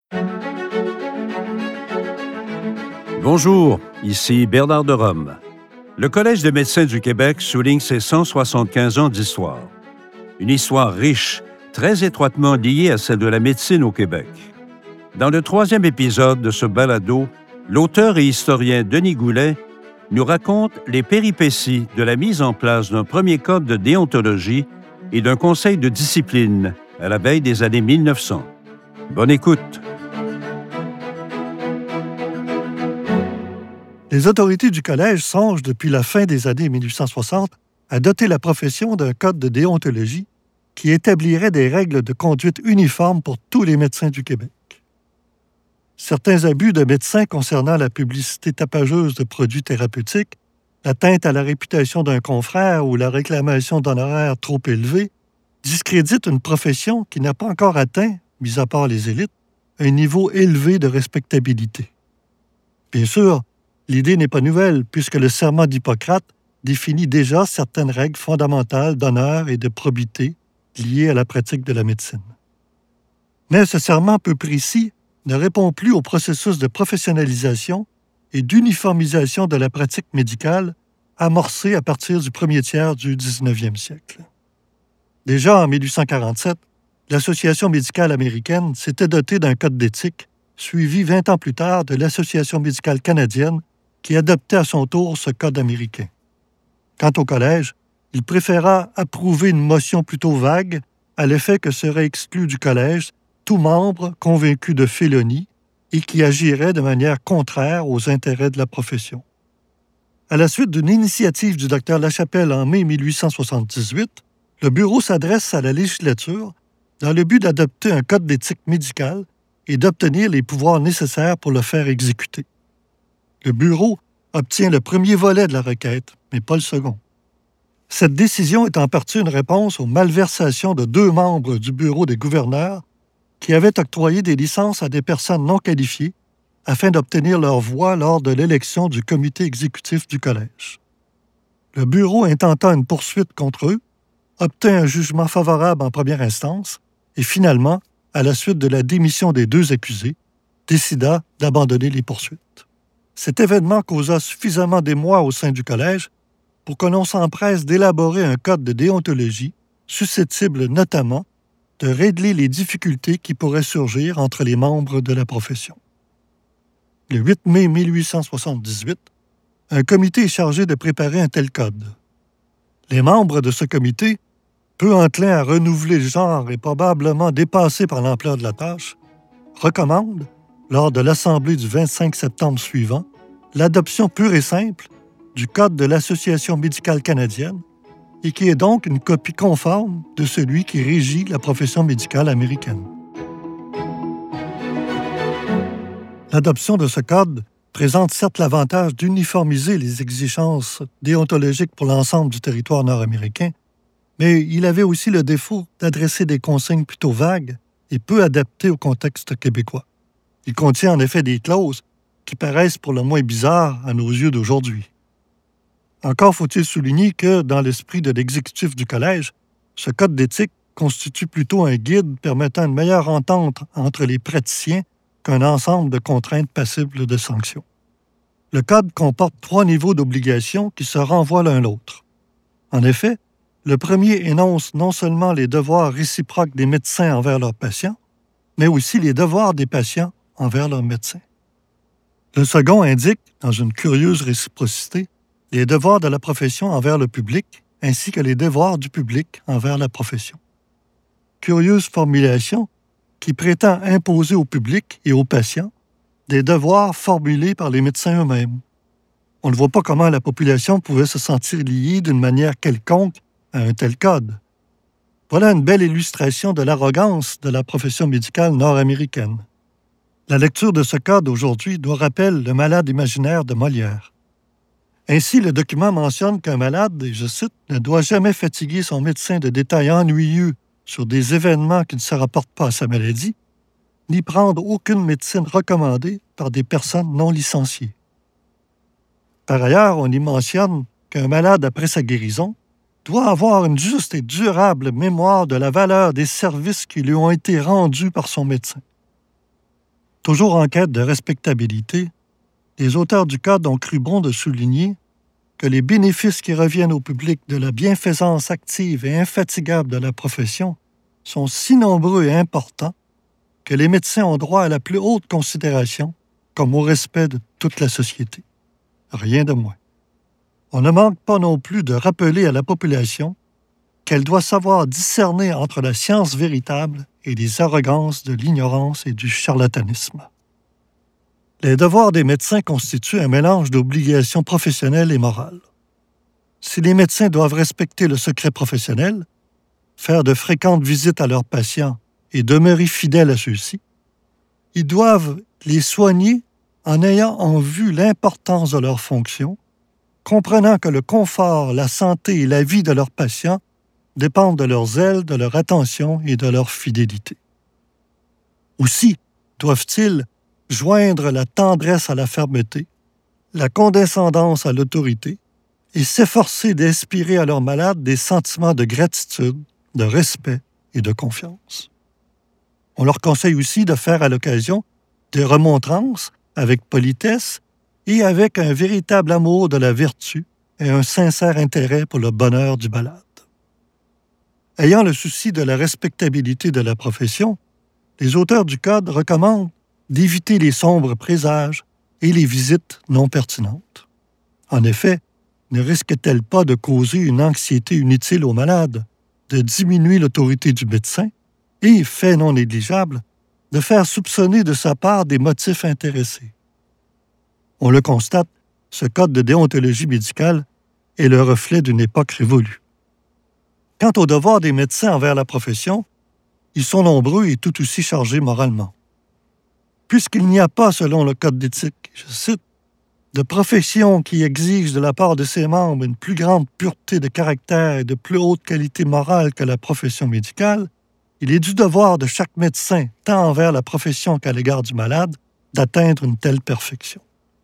Bonjour, ici Bernard de Rome. Le Collège des médecins du Québec souligne ses 175 ans d'histoire. Une histoire riche, très étroitement liée à celle de la médecine au Québec. Dans le 3e épisode de ce balado, l'auteur et historien Denis Goulet nous raconte les péripéties de la mise en place d'un premier code de déontologie et d'un conseil de discipline à la veille des années 1900. Bonne écoute! Les autorités du Collège songent depuis la fin des années 1860 à doter la profession d'un code de déontologie qui établirait des règles de conduite uniformes pour tous les médecins du Québec. Certains abus de médecins concernant la publicité tapageuse de produits thérapeutiques, l'atteinte à la réputation d'un confrère ou la réclamation d'honoraires trop élevés discréditent une profession qui n'a pas encore atteint, mis à part les élites, un niveau élevé de respectabilité. Bien sûr, l'idée n'est pas nouvelle puisque le serment d'Hippocrate définit déjà certaines règles fondamentales d'honneur et de probité liées à la pratique de la médecine. Mais ce serment peu précis ne répond plus au processus de professionnalisation et d'uniformisation de la pratique médicale amorcé à partir du premier tiers du 19e siècle. Déjà en 1847, l'Association médicale américaine s'était dotée d'un code d'éthique, suivi 20 ans plus tard de l'Association médicale canadienne qui adoptait à son tour ce code américain. Quant au Collège, il préféra approuver une motion plutôt vague à l'effet que serait exclu du Collège tout membre convaincu de félonie et qui agirait de manière contraire aux intérêts de la profession. À la suite d'une initiative du Dr Lachapelle en mai 1878, le Bureau s'adresse à la législature dans le but d'adopter un code d'éthique médicale et d'obtenir les pouvoirs nécessaires pour le faire exécuter. Le Bureau obtient le premier volet de la requête, mais pas le second. Cette décision est en partie une réponse aux malversations de 2 membres du Bureau des gouverneurs qui avaient octroyé des licences à des personnes non qualifiées afin d'obtenir leur voix lors de l'élection du comité exécutif du Collège. Le Bureau intenta une poursuite contre eux, obtint un jugement favorable en première instance et finalement, à la suite de la démission des 2 accusés, décida d'abandonner les poursuites. Cet événement causa suffisamment d'émoi au sein du Collège pour que l'on s'empresse d'élaborer un code de déontologie susceptible notamment de régler les difficultés qui pourraient surgir entre les membres de la profession. Le 8 mai 1878, un comité est chargé de préparer un tel code. Les membres de ce comité, peu enclins à renouveler le genre et probablement dépassés par l'ampleur de la tâche, recommandent, lors de l'Assemblée du 25 septembre suivant, l'adoption pure et simple du Code de l'Association médicale canadienne et qui est donc une copie conforme de celui qui régit la profession médicale américaine. L'adoption de ce code présente certes l'avantage d'uniformiser les exigences déontologiques pour l'ensemble du territoire nord-américain, mais il avait aussi le défaut d'adresser des consignes plutôt vagues et peu adaptées au contexte québécois. Il contient en effet des clauses qui paraissent pour le moins bizarres à nos yeux d'aujourd'hui. Encore faut-il souligner que, dans l'esprit de l'exécutif du Collège, ce code d'éthique constitue plutôt un guide permettant une meilleure entente entre les praticiens qu'un ensemble de contraintes passibles de sanctions. Le code comporte 3 niveaux d'obligations qui se renvoient l'un l'autre. En effet, le premier énonce non seulement les devoirs réciproques des médecins envers leurs patients, mais aussi les devoirs des patients envers leurs médecins. Le second indique, dans une curieuse réciprocité, les devoirs de la profession envers le public ainsi que les devoirs du public envers la profession. Curieuse formulation qui prétend imposer au public et aux patients des devoirs formulés par les médecins eux-mêmes. On ne voit pas comment la population pouvait se sentir liée d'une manière quelconque à un tel code. Voilà une belle illustration de l'arrogance de la profession médicale nord-américaine. La lecture de ce code aujourd'hui doit rappeler le malade imaginaire de Molière. Ainsi, le document mentionne qu'un malade, et je cite, « ne doit jamais fatiguer son médecin de détails ennuyeux sur des événements qui ne se rapportent pas à sa maladie, ni prendre aucune médecine recommandée par des personnes non licenciées. » Par ailleurs, on y mentionne qu'un malade, après sa guérison, doit avoir une juste et durable mémoire de la valeur des services qui lui ont été rendus par son médecin. Toujours en quête de respectabilité, les auteurs du Code ont cru bon de souligner que les bénéfices qui reviennent au public de la bienfaisance active et infatigable de la profession sont si nombreux et importants que les médecins ont droit à la plus haute considération, comme au respect de toute la société. Rien de moins. On ne manque pas non plus de rappeler à la population qu'elle doit savoir discerner entre la science véritable et les arrogances de l'ignorance et du charlatanisme. Les devoirs des médecins constituent un mélange d'obligations professionnelles et morales. Si les médecins doivent respecter le secret professionnel, faire de fréquentes visites à leurs patients et demeurer fidèles à ceux-ci, ils doivent les soigner en ayant en vue l'importance de leurs fonctions, comprenant que le confort, la santé et la vie de leurs patients dépendent de leur zèle, de leur attention et de leur fidélité. Aussi doivent-ils joindre la tendresse à la fermeté, la condescendance à l'autorité et s'efforcer d'inspirer à leurs malades des sentiments de gratitude, de respect et de confiance. On leur conseille aussi de faire à l'occasion des remontrances avec politesse et avec un véritable amour de la vertu et un sincère intérêt pour le bonheur du malade. Ayant le souci de la respectabilité de la profession, les auteurs du Code recommandent d'éviter les sombres présages et les visites non pertinentes. En effet, ne risque-t-elle pas de causer une anxiété inutile aux malades, de diminuer l'autorité du médecin et, fait non négligeable, de faire soupçonner de sa part des motifs intéressés? On le constate, ce code de déontologie médicale est le reflet d'une époque révolue. Quant aux devoirs des médecins envers la profession, ils sont nombreux et tout aussi chargés moralement. Puisqu'il n'y a pas, selon le Code d'éthique, je cite, de profession qui exige de la part de ses membres une plus grande pureté de caractère et de plus haute qualité morale que la profession médicale, il est du devoir de chaque médecin, tant envers la profession qu'à l'égard du malade, d'atteindre une telle perfection.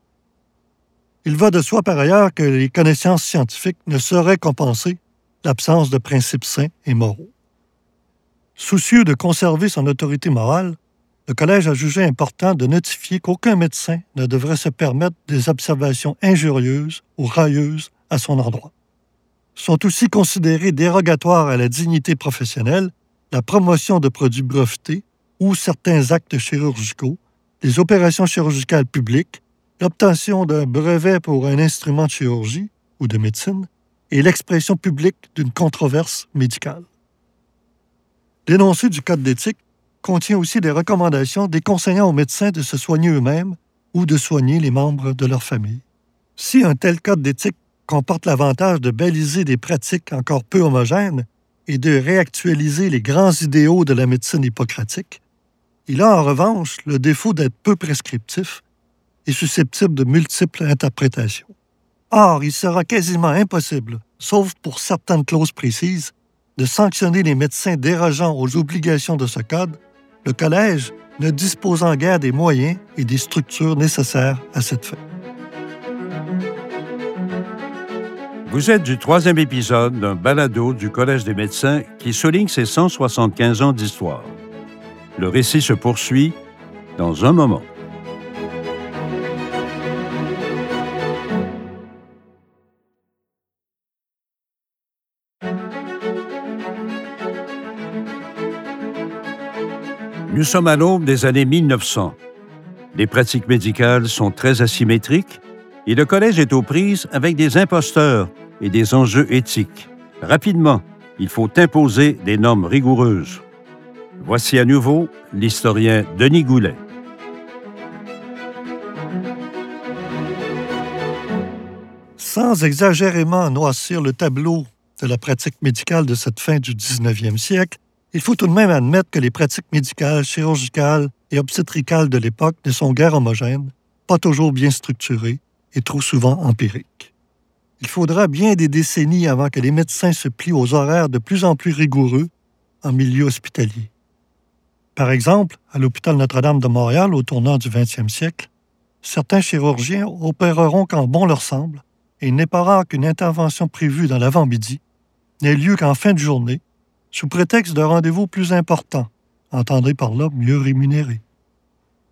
Il va de soi par ailleurs que les connaissances scientifiques ne sauraient compenser l'absence de principes sains et moraux. Soucieux de conserver son autorité morale, le Collège a jugé important de notifier qu'aucun médecin ne devrait se permettre des observations injurieuses ou railleuses à son endroit. Sont aussi considérés dérogatoires à la dignité professionnelle la promotion de produits brevetés ou certains actes chirurgicaux, les opérations chirurgicales publiques, l'obtention d'un brevet pour un instrument de chirurgie ou de médecine et l'expression publique d'une controverse médicale. L'énoncé du Code d'éthique contient aussi des recommandations déconseillant aux médecins de se soigner eux-mêmes ou de soigner les membres de leur famille. Si un tel code d'éthique comporte l'avantage de baliser des pratiques encore peu homogènes et de réactualiser les grands idéaux de la médecine hippocratique, il a en revanche le défaut d'être peu prescriptif et susceptible de multiples interprétations. Or, il sera quasiment impossible, sauf pour certaines clauses précises, de sanctionner les médecins dérogeant aux obligations de ce code, le Collège ne disposant guère des moyens et des structures nécessaires à cette fin. Vous êtes du 3e épisode d'un balado du Collège des médecins qui souligne ses 175 ans d'histoire. Le récit se poursuit dans un moment. Nous sommes à l'aube des années 1900. Les pratiques médicales sont très asymétriques et le Collège est aux prises avec des imposteurs et des enjeux éthiques. Rapidement, il faut imposer des normes rigoureuses. Voici à nouveau l'historien Denis Goulet. Sans exagérément noircir le tableau de la pratique médicale de cette fin du 19e siècle, il faut tout de même admettre que les pratiques médicales, chirurgicales et obstétricales de l'époque ne sont guère homogènes, pas toujours bien structurées et trop souvent empiriques. Il faudra bien des décennies avant que les médecins se plient aux horaires de plus en plus rigoureux en milieu hospitalier. Par exemple, à l'hôpital Notre-Dame de Montréal, au tournant du 20e siècle, certains chirurgiens opéreront quand bon leur semble et il n'est pas rare qu'une intervention prévue dans l'avant-midi n'ait lieu qu'en fin de journée, sous prétexte de rendez-vous plus important, entendez par là mieux rémunéré.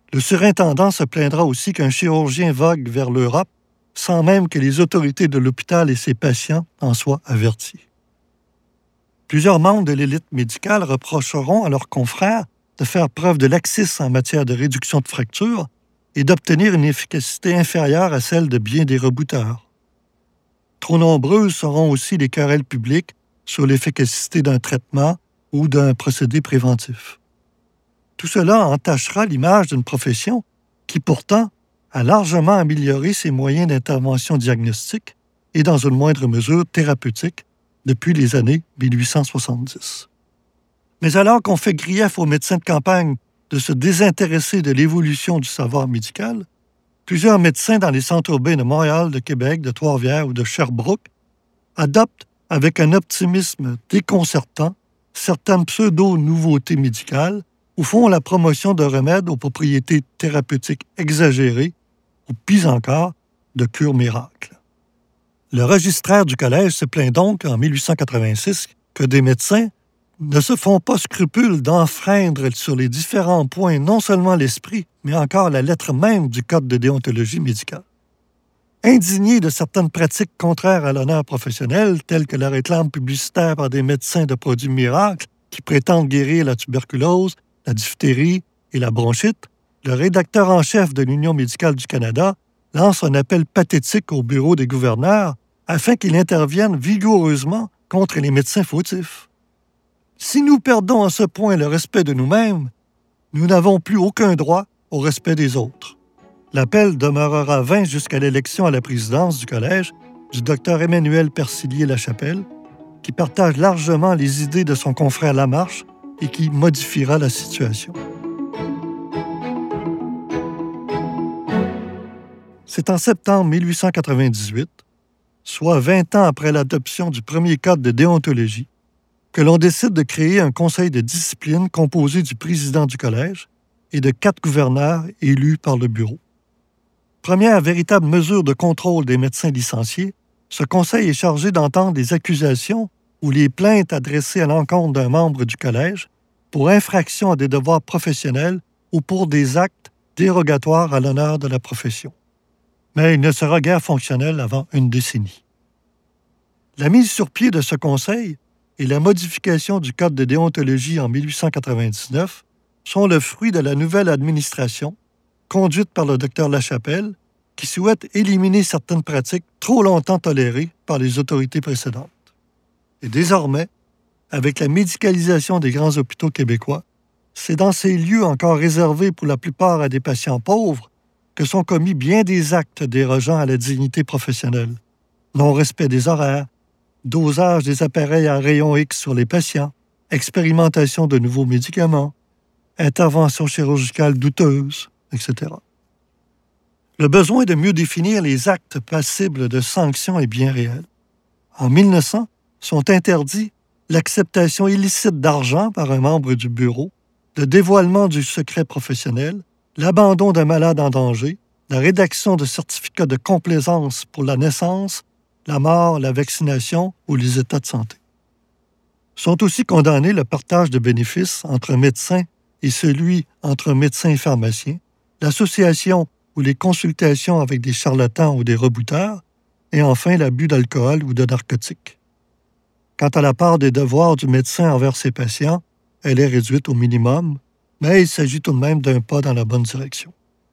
Le surintendant se plaindra aussi qu'un chirurgien vogue vers l'Europe sans même que les autorités de l'hôpital et ses patients en soient avertis. Plusieurs membres de l'élite médicale reprocheront à leurs confrères de faire preuve de laxisme en matière de réduction de fractures et d'obtenir une efficacité inférieure à celle de bien des rebouteurs. Trop nombreuses seront aussi les querelles publiques sur l'efficacité d'un traitement ou d'un procédé préventif. Tout cela entachera l'image d'une profession qui, pourtant, a largement amélioré ses moyens d'intervention diagnostique et, dans une moindre mesure, thérapeutique depuis les années 1870. Mais alors qu'on fait grief aux médecins de campagne de se désintéresser de l'évolution du savoir médical, plusieurs médecins dans les centres urbains de Montréal, de Québec, de Trois-Rivières ou de Sherbrooke adoptent avec un optimisme déconcertant certaines pseudo-nouveautés médicales ou font la promotion de remèdes aux propriétés thérapeutiques exagérées ou, pis encore, de cures miracles. Le registraire du collège se plaint donc, en 1886, que des médecins ne se font pas scrupule d'enfreindre sur les différents points non seulement l'esprit, mais encore la lettre même du Code de déontologie médicale. Indigné de certaines pratiques contraires à l'honneur professionnel, telles que la réclame publicitaire par des médecins de produits miracles qui prétendent guérir la tuberculose, la diphtérie et la bronchite, le rédacteur en chef de l'Union médicale du Canada lance un appel pathétique au bureau des gouverneurs afin qu'il intervienne vigoureusement contre les médecins fautifs. Si nous perdons à ce point le respect de nous-mêmes, nous n'avons plus aucun droit au respect des autres. L'appel demeurera vain jusqu'à l'élection à la présidence du collège du Dr Emmanuel Persilier-Lachapelle, qui partage largement les idées de son confrère Lamarche et qui modifiera la situation. C'est en septembre 1898, soit 20 ans après l'adoption du premier code de déontologie, que l'on décide de créer un conseil de discipline composé du président du collège et de 4 gouverneurs élus par le bureau. Première véritable mesure de contrôle des médecins licenciés, ce conseil est chargé d'entendre les accusations ou les plaintes adressées à l'encontre d'un membre du collège pour infraction à des devoirs professionnels ou pour des actes dérogatoires à l'honneur de la profession. Mais il ne sera guère fonctionnel avant une décennie. La mise sur pied de ce conseil et la modification du Code de déontologie en 1899 sont le fruit de la nouvelle administration, conduite par le Dr Lachapelle, qui souhaite éliminer certaines pratiques trop longtemps tolérées par les autorités précédentes. Et désormais, avec la médicalisation des grands hôpitaux québécois, c'est dans ces lieux encore réservés pour la plupart à des patients pauvres que sont commis bien des actes dérogeant à la dignité professionnelle. Non-respect des horaires, dosage des appareils à rayons X sur les patients, expérimentation de nouveaux médicaments, interventions chirurgicales douteuses, etc. Le besoin de mieux définir les actes passibles de sanctions est bien réel. En 1900, sont interdits l'acceptation illicite d'argent par un membre du bureau, le dévoilement du secret professionnel, l'abandon d'un malade en danger, la rédaction de certificats de complaisance pour la naissance, la mort, la vaccination ou les états de santé. Sont aussi condamnés le partage de bénéfices entre un médecin et celui entre un médecin et pharmacien, l'association ou les consultations avec des charlatans ou des rebouteurs, et enfin l'abus d'alcool ou de narcotiques. Quant à la part des devoirs du médecin envers ses patients, elle est réduite au minimum, mais il s'agit tout de même d'un pas dans la bonne direction.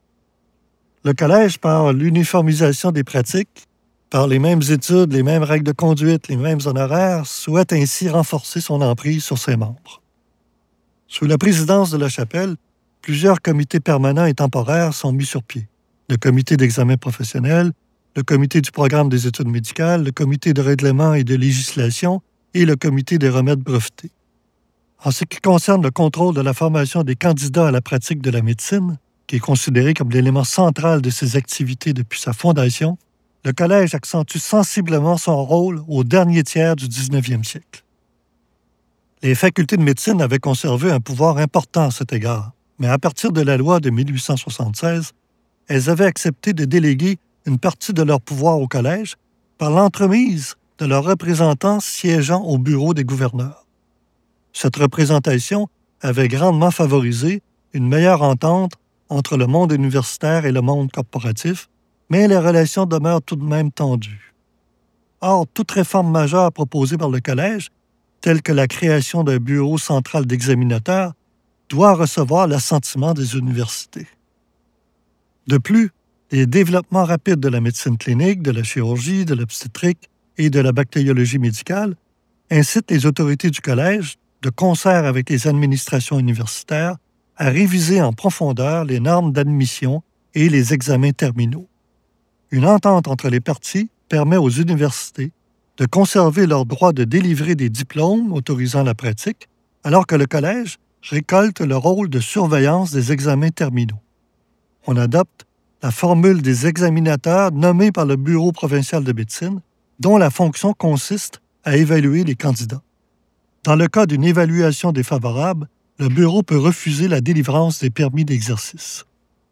Le collège, par l'uniformisation des pratiques, par les mêmes études, les mêmes règles de conduite, les mêmes honoraires, souhaite ainsi renforcer son emprise sur ses membres. Sous la présidence de Lachapelle, plusieurs comités permanents et temporaires sont mis sur pied. Le comité d'examen professionnel, le comité du programme des études médicales, le comité de règlement et de législation et le comité des remèdes brevetés. En ce qui concerne le contrôle de la formation des candidats à la pratique de la médecine, qui est considéré comme l'élément central de ses activités depuis sa fondation, le collège accentue sensiblement son rôle au dernier tiers du 19e siècle. Les facultés de médecine avaient conservé un pouvoir important à cet égard, mais à partir de la loi de 1876, elles avaient accepté de déléguer une partie de leur pouvoir au collège par l'entremise de leurs représentants siégeant au bureau des gouverneurs. Cette représentation avait grandement favorisé une meilleure entente entre le monde universitaire et le monde corporatif, mais les relations demeurent tout de même tendues. Or, toute réforme majeure proposée par le Collège, telle que la création d'un bureau central d'examinateurs, doit recevoir l'assentiment des universités. De plus, les développements rapides de la médecine clinique, de la chirurgie, de l'obstétrique et de la bactériologie médicale incitent les autorités du Collège, de concert avec les administrations universitaires, à réviser en profondeur les normes d'admission et les examens terminaux. Une entente entre les parties permet aux universités de conserver leur droit de délivrer des diplômes autorisant la pratique, alors que le Collège récolte le rôle de surveillance des examens terminaux. On adopte la formule des examinateurs nommés par le Bureau provincial de médecine, dont la fonction consiste à évaluer les candidats. Dans le cas d'une évaluation défavorable, le Bureau peut refuser la délivrance des permis d'exercice.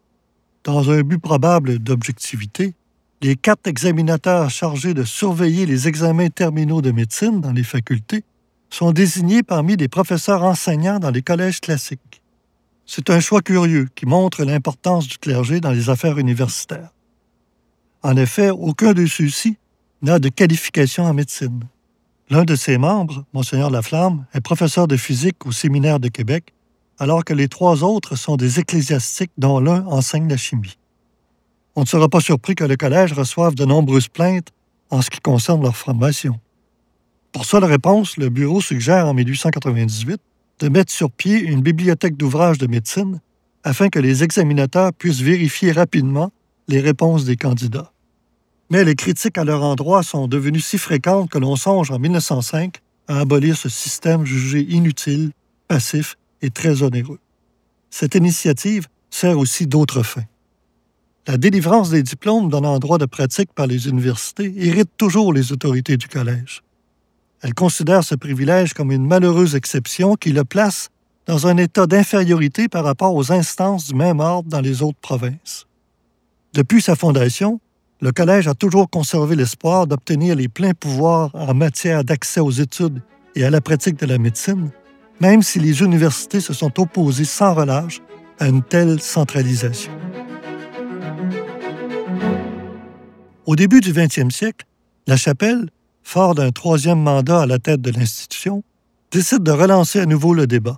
Dans un but probable d'objectivité, les 4 examinateurs chargés de surveiller les examens terminaux de médecine dans les facultés sont désignés parmi les professeurs enseignants dans les collèges classiques. C'est un choix curieux qui montre l'importance du clergé dans les affaires universitaires. En effet, aucun de ceux-ci n'a de qualification en médecine. L'un de ses membres, Monseigneur Laflamme, est professeur de physique au Séminaire de Québec, alors que les 3 autres sont des ecclésiastiques dont l'un enseigne la chimie. On ne sera pas surpris que le Collège reçoive de nombreuses plaintes en ce qui concerne leur formation. Pour seule réponse, le Bureau suggère en 1898 de mettre sur pied une bibliothèque d'ouvrages de médecine afin que les examinateurs puissent vérifier rapidement les réponses des candidats. Mais les critiques à leur endroit sont devenues si fréquentes que l'on songe en 1905 à abolir ce système jugé inutile, passif et très onéreux. Cette initiative sert aussi d'autres fins. La délivrance des diplômes donnant droit de pratique par les universités irrite toujours les autorités du Collège. Elles considèrent ce privilège comme une malheureuse exception qui le place dans un état d'infériorité par rapport aux instances du même ordre dans les autres provinces. Depuis sa fondation, le Collège a toujours conservé l'espoir d'obtenir les pleins pouvoirs en matière d'accès aux études et à la pratique de la médecine, même si les universités se sont opposées sans relâche à une telle centralisation. Au début du 20e siècle, La Chapelle, fort d'un 3e mandat à la tête de l'institution, décide de relancer à nouveau le débat.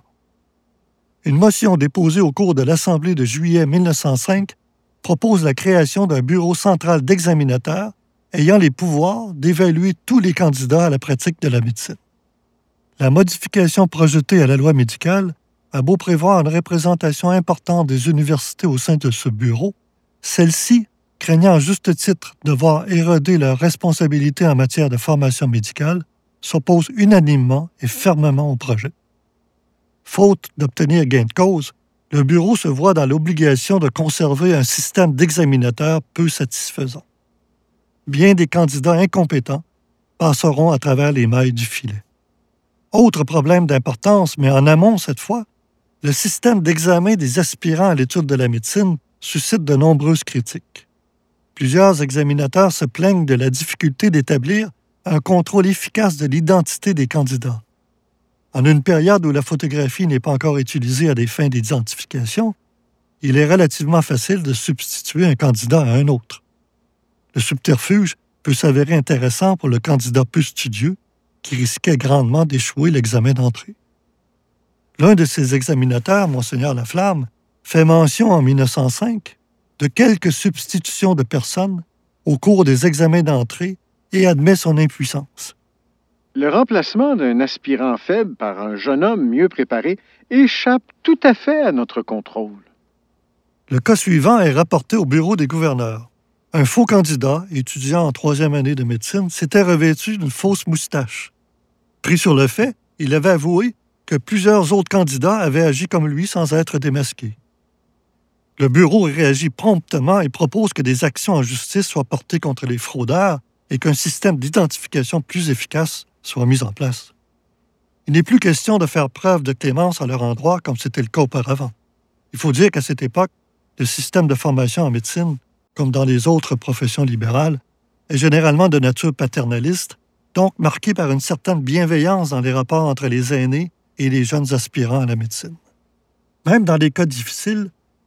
Une motion déposée au cours de l'Assemblée de juillet 1905 propose la création d'un bureau central d'examinateurs ayant les pouvoirs d'évaluer tous les candidats à la pratique de la médecine. La modification projetée à la loi médicale a beau prévoir une représentation importante des universités au sein de ce bureau, celle-ci, craignant à juste titre de voir éroder leurs responsabilités en matière de formation médicale, s'oppose unanimement et fermement au projet. Faute d'obtenir gain de cause, le bureau se voit dans l'obligation de conserver un système d'examinateurs peu satisfaisant. Bien des candidats incompétents passeront à travers les mailles du filet. Autre problème d'importance, mais en amont cette fois, le système d'examen des aspirants à l'étude de la médecine suscite de nombreuses critiques. Plusieurs examinateurs se plaignent de la difficulté d'établir un contrôle efficace de l'identité des candidats. En une période où la photographie n'est pas encore utilisée à des fins d'identification, il est relativement facile de substituer un candidat à un autre. Le subterfuge peut s'avérer intéressant pour le candidat peu studieux qui risquait grandement d'échouer l'examen d'entrée. L'un de ces examinateurs, Monseigneur Laflamme, fait mention en 1905 de quelques substitutions de personnes au cours des examens d'entrée et admet son impuissance. Le remplacement d'un aspirant faible par un jeune homme mieux préparé échappe tout à fait à notre contrôle. Le cas suivant est rapporté au bureau des gouverneurs. Un faux candidat, étudiant en 3e année de médecine, s'était revêtu d'une fausse moustache. Pris sur le fait, il avait avoué que plusieurs autres candidats avaient agi comme lui sans être démasqués. Le bureau réagit promptement et propose que des actions en justice soient portées contre les fraudeurs et qu'un système d'identification plus efficace soit mis en place. Il n'est plus question de faire preuve de clémence à leur endroit comme c'était le cas auparavant. Il faut dire qu'à cette époque, le système de formation en médecine, comme dans les autres professions libérales, est généralement de nature paternaliste, donc marqué par une certaine bienveillance dans les rapports entre les aînés et les jeunes aspirants à la médecine. Même dans les cas difficiles,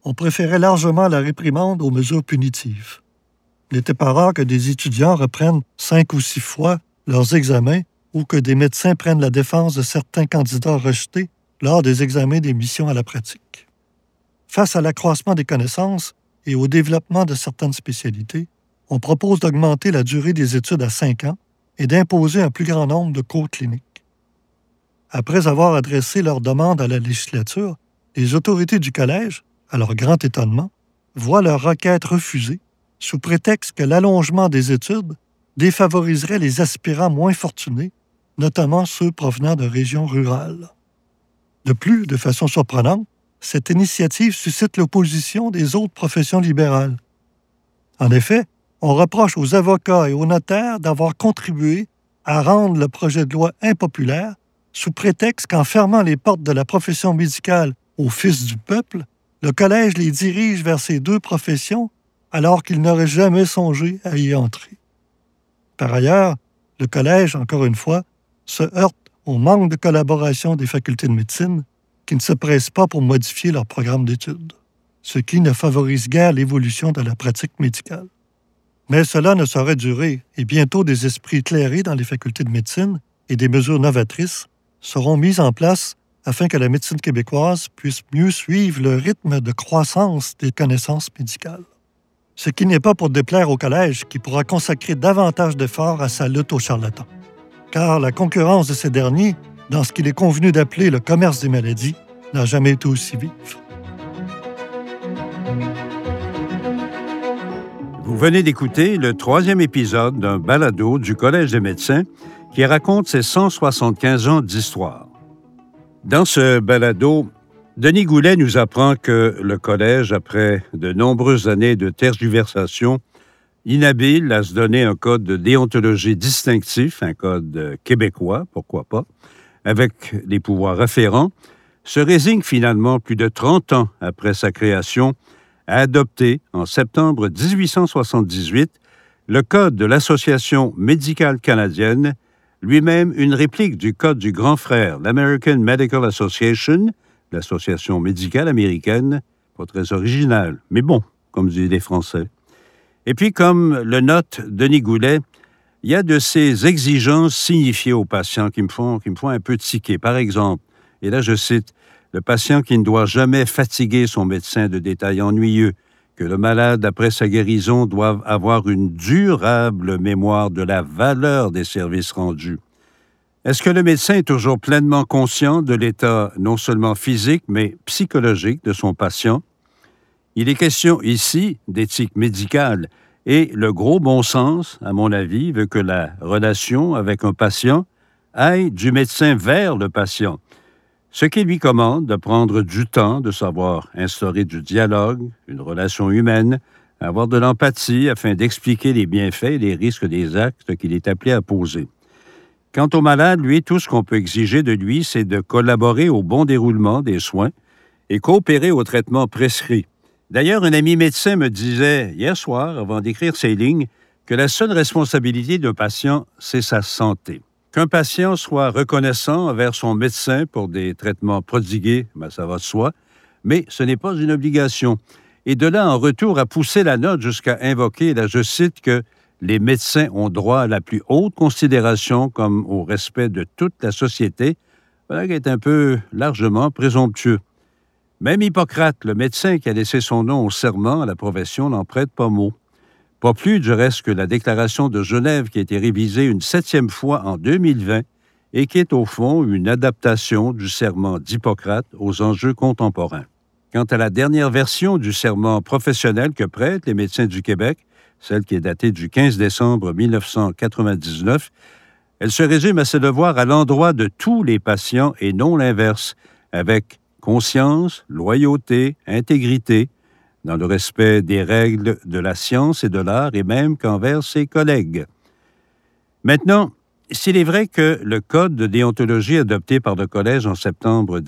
on préférait largement la réprimande aux mesures punitives. Il n'était pas rare que des étudiants reprennent 5 ou 6 fois leurs examens ou que des médecins prennent la défense de certains candidats rejetés lors des examens d'admission à la pratique. Face à l'accroissement des connaissances et au développement de certaines spécialités, on propose d'augmenter la durée des études à 5 ans et d'imposer un plus grand nombre de cours cliniques. Après avoir adressé leur demande à la législature, les autorités du collège, à leur grand étonnement, voient leur requête refusée sous prétexte que l'allongement des études défavoriserait les aspirants moins fortunés, notamment ceux provenant de régions rurales. De plus, de façon surprenante, cette initiative suscite l'opposition des autres professions libérales. En effet, on reproche aux avocats et aux notaires d'avoir contribué à rendre le projet de loi impopulaire sous prétexte qu'en fermant les portes de la profession médicale aux fils du peuple, le collège les dirige vers ces deux professions alors qu'ils n'auraient jamais songé à y entrer. Par ailleurs, le collège, encore une fois, se heurte au manque de collaboration des facultés de médecine qui ne se pressent pas pour modifier leur programme d'études, ce qui ne favorise guère l'évolution de la pratique médicale. Mais cela ne saurait durer et bientôt des esprits éclairés dans les facultés de médecine et des mesures novatrices seront mises en place afin que la médecine québécoise puisse mieux suivre le rythme de croissance des connaissances médicales. Ce qui n'est pas pour déplaire au collège qui pourra consacrer davantage d'efforts à sa lutte aux charlatans. Car la concurrence de ces derniers, dans ce qu'il est convenu d'appeler le commerce des maladies, n'a jamais été aussi vive. Vous venez d'écouter le 3e épisode d'un balado du Collège des médecins qui raconte ses 175 ans d'histoire. Dans ce balado, Denis Goulet nous apprend que le Collège, après de nombreuses années de tergiversation, inhabile à se donner un code de déontologie distinctif, un code québécois, pourquoi pas, avec les pouvoirs afférents, se résigne finalement plus de 30 ans après sa création à adopter, en septembre 1878, le Code de l'Association médicale canadienne, lui-même une réplique du Code du grand frère, l'American Medical Association, l'Association médicale américaine, pas très originale, mais bon, comme disent les Français. Et puis, comme le note Denis Goulet, il y a de ces exigences signifiées aux patients qui me font un peu tiquer. Par exemple, et là je cite, « Le patient qui ne doit jamais fatiguer son médecin de détails ennuyeux, que le malade, après sa guérison, doit avoir une durable mémoire de la valeur des services rendus. » Est-ce que le médecin est toujours pleinement conscient de l'état non seulement physique, mais psychologique de son patient? Il est question ici d'éthique médicale et le gros bon sens, à mon avis, veut que la relation avec un patient aille du médecin vers le patient, ce qui lui commande de prendre du temps, de savoir instaurer du dialogue, une relation humaine, avoir de l'empathie afin d'expliquer les bienfaits et les risques des actes qu'il est appelé à poser. Quant au malade, lui, tout ce qu'on peut exiger de lui, c'est de collaborer au bon déroulement des soins et coopérer au traitement prescrit. D'ailleurs, un ami médecin me disait hier soir, avant d'écrire ces lignes, que la seule responsabilité d'un patient, c'est sa santé. Qu'un patient soit reconnaissant envers son médecin pour des traitements prodigués, ça va de soi, mais ce n'est pas une obligation. Et de là, en retour, à pousser la note jusqu'à invoquer, là, je cite, que les médecins ont droit à la plus haute considération comme au respect de toute la société, voilà qui est un peu largement présomptueux. Même Hippocrate, le médecin qui a laissé son nom au serment à la profession, n'en prête pas mot. Pas plus, du reste, que la Déclaration de Genève qui a été révisée une 7e fois en 2020 et qui est au fond une adaptation du serment d'Hippocrate aux enjeux contemporains. Quant à la dernière version du serment professionnel que prêtent les médecins du Québec, celle qui est datée du 15 décembre 1999, elle se résume à ses devoirs à l'endroit de tous les patients et non l'inverse, avec conscience, loyauté, intégrité, dans le respect des règles de la science et de l'art et même qu'envers ses collègues. Maintenant, s'il est vrai que le Code de déontologie adopté par le Collège en septembre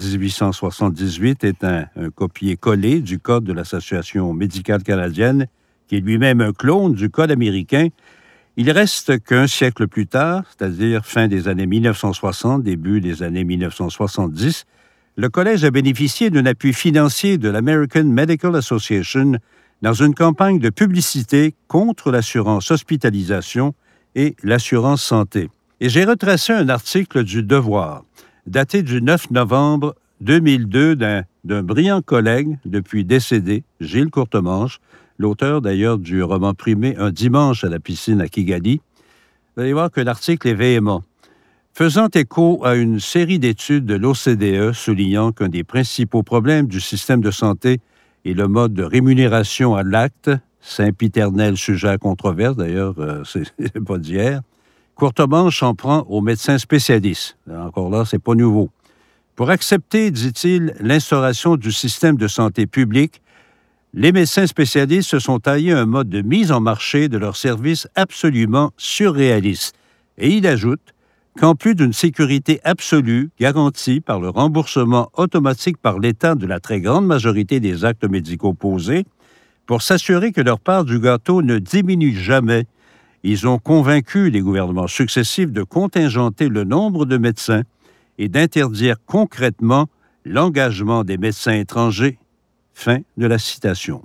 1878 est un copier-coller du Code de l'Association médicale canadienne, qui est lui-même un clone du Code américain, il reste qu'un siècle plus tard, c'est-à-dire fin des années 1960, début des années 1970, le Collège a bénéficié d'un appui financier de l'American Medical Association dans une campagne de publicité contre l'assurance hospitalisation et l'assurance santé. Et j'ai retracé un article du Devoir, daté du 9 novembre 2002 d'un brillant collègue, depuis décédé, Gilles Courtemanche, l'auteur d'ailleurs du roman primé « Un dimanche à la piscine à Kigali ». Vous allez voir que l'article est véhément. Faisant écho à une série d'études de l'OCDE soulignant qu'un des principaux problèmes du système de santé est le mode de rémunération à l'acte, sempiternel sujet à controverse, d'ailleurs, c'est pas d'hier, Courtemanche s'en prend aux médecins spécialistes. Encore là, c'est pas nouveau. Pour accepter, dit-il, l'instauration du système de santé publique, les médecins spécialistes se sont taillés un mode de mise en marché de leurs services absolument surréaliste. Et il ajoute qu'en plus d'une sécurité absolue garantie par le remboursement automatique par l'État de la très grande majorité des actes médicaux posés, pour s'assurer que leur part du gâteau ne diminue jamais, ils ont convaincu les gouvernements successifs de contingenter le nombre de médecins et d'interdire concrètement l'engagement des médecins étrangers. Fin de la citation.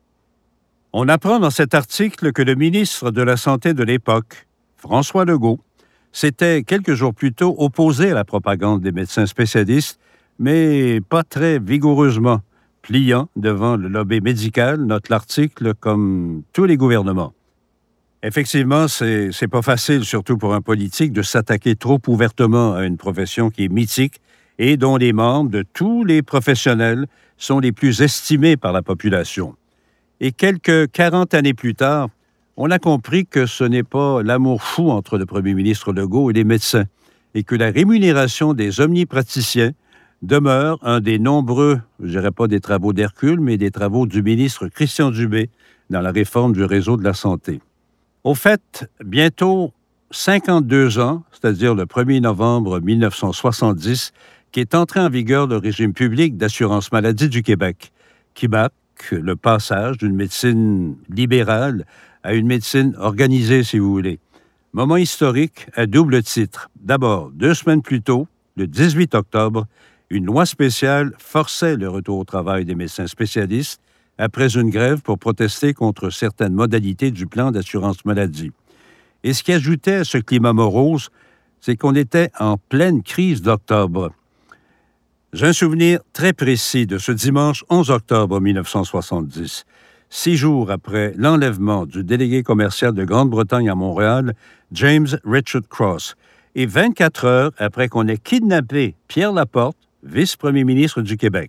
On apprend dans cet article que le ministre de la Santé de l'époque, François Legault, s'était quelques jours plus tôt opposé à la propagande des médecins spécialistes, mais pas très vigoureusement, pliant devant le lobby médical, note l'article, comme tous les gouvernements. Effectivement, c'est pas facile, surtout pour un politique, de s'attaquer trop ouvertement à une profession qui est mythique et dont les membres de tous les professionnels sont les plus estimés par la population. Et quelques 40 années plus tard, on a compris que ce n'est pas l'amour fou entre le premier ministre Legault et les médecins, et que la rémunération des omnipraticiens demeure un des nombreux, je dirais pas des travaux d'Hercule, mais des travaux du ministre Christian Dubé dans la réforme du réseau de la santé. Au fait, bientôt 52 ans, c'est-à-dire le 1er novembre 1970, qu'est entré en vigueur le régime public d'assurance maladie du Québec, qui marque le passage d'une médecine libérale à une médecine organisée, si vous voulez. Moment historique à double titre. D'abord, 2 semaines plus tôt, le 18 octobre, une loi spéciale forçait le retour au travail des médecins spécialistes après une grève pour protester contre certaines modalités du plan d'assurance maladie. Et ce qui ajoutait à ce climat morose, c'est qu'on était en pleine crise d'octobre. J'ai un souvenir très précis de ce dimanche 11 octobre 1970, 6 jours après l'enlèvement du délégué commercial de Grande-Bretagne à Montréal, James Richard Cross, et 24 heures après qu'on ait kidnappé Pierre Laporte, vice-premier ministre du Québec.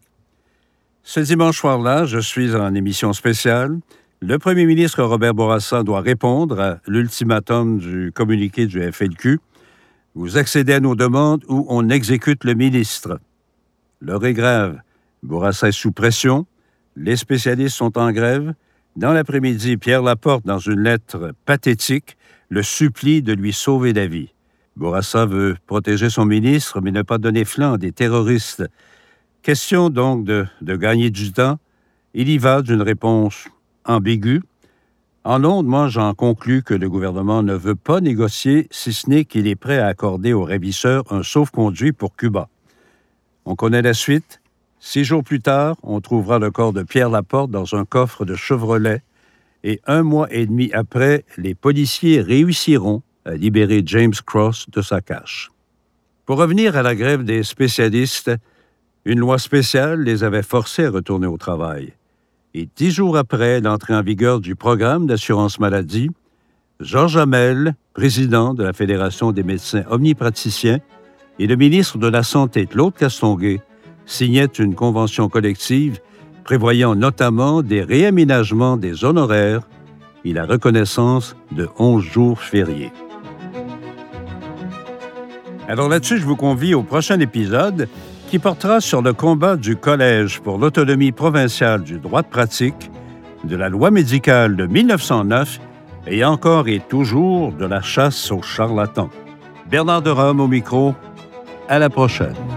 Ce dimanche soir-là, je suis en émission spéciale. Le premier ministre Robert Bourassa doit répondre à l'ultimatum du communiqué du FLQ. Vous accédez à nos demandes ou on exécute le ministre. L'heure est grave. Bourassa est sous pression. Les spécialistes sont en grève. Dans l'après-midi, Pierre Laporte, dans une lettre pathétique, le supplie de lui sauver la vie. Bourassa veut protéger son ministre, mais ne pas donner flanc à des terroristes. Question donc de gagner du temps. Il y va d'une réponse ambiguë. En ondes, moi, j'en conclus que le gouvernement ne veut pas négocier, si ce n'est qu'il est prêt à accorder aux ravisseurs un sauf-conduit pour Cuba. On connaît la suite. 6 jours plus tard, on trouvera le corps de Pierre Laporte dans un coffre de Chevrolet. Et 1 mois et demi après, les policiers réussiront à libérer James Cross de sa cache. Pour revenir à la grève des spécialistes, une loi spéciale les avait forcés à retourner au travail. Et 10 jours après l'entrée en vigueur du programme d'assurance maladie, Georges Hamel, président de la Fédération des médecins omnipraticiens, et le ministre de la Santé, Claude Castonguay, signaient une convention collective prévoyant notamment des réaménagements des honoraires et la reconnaissance de 11 jours fériés. Alors là-dessus, je vous convie au prochain épisode qui portera sur le combat du Collège pour l'autonomie provinciale du droit de pratique, de la loi médicale de 1909 et encore et toujours de la chasse aux charlatans. Bernard de Rome au micro. À la prochaine.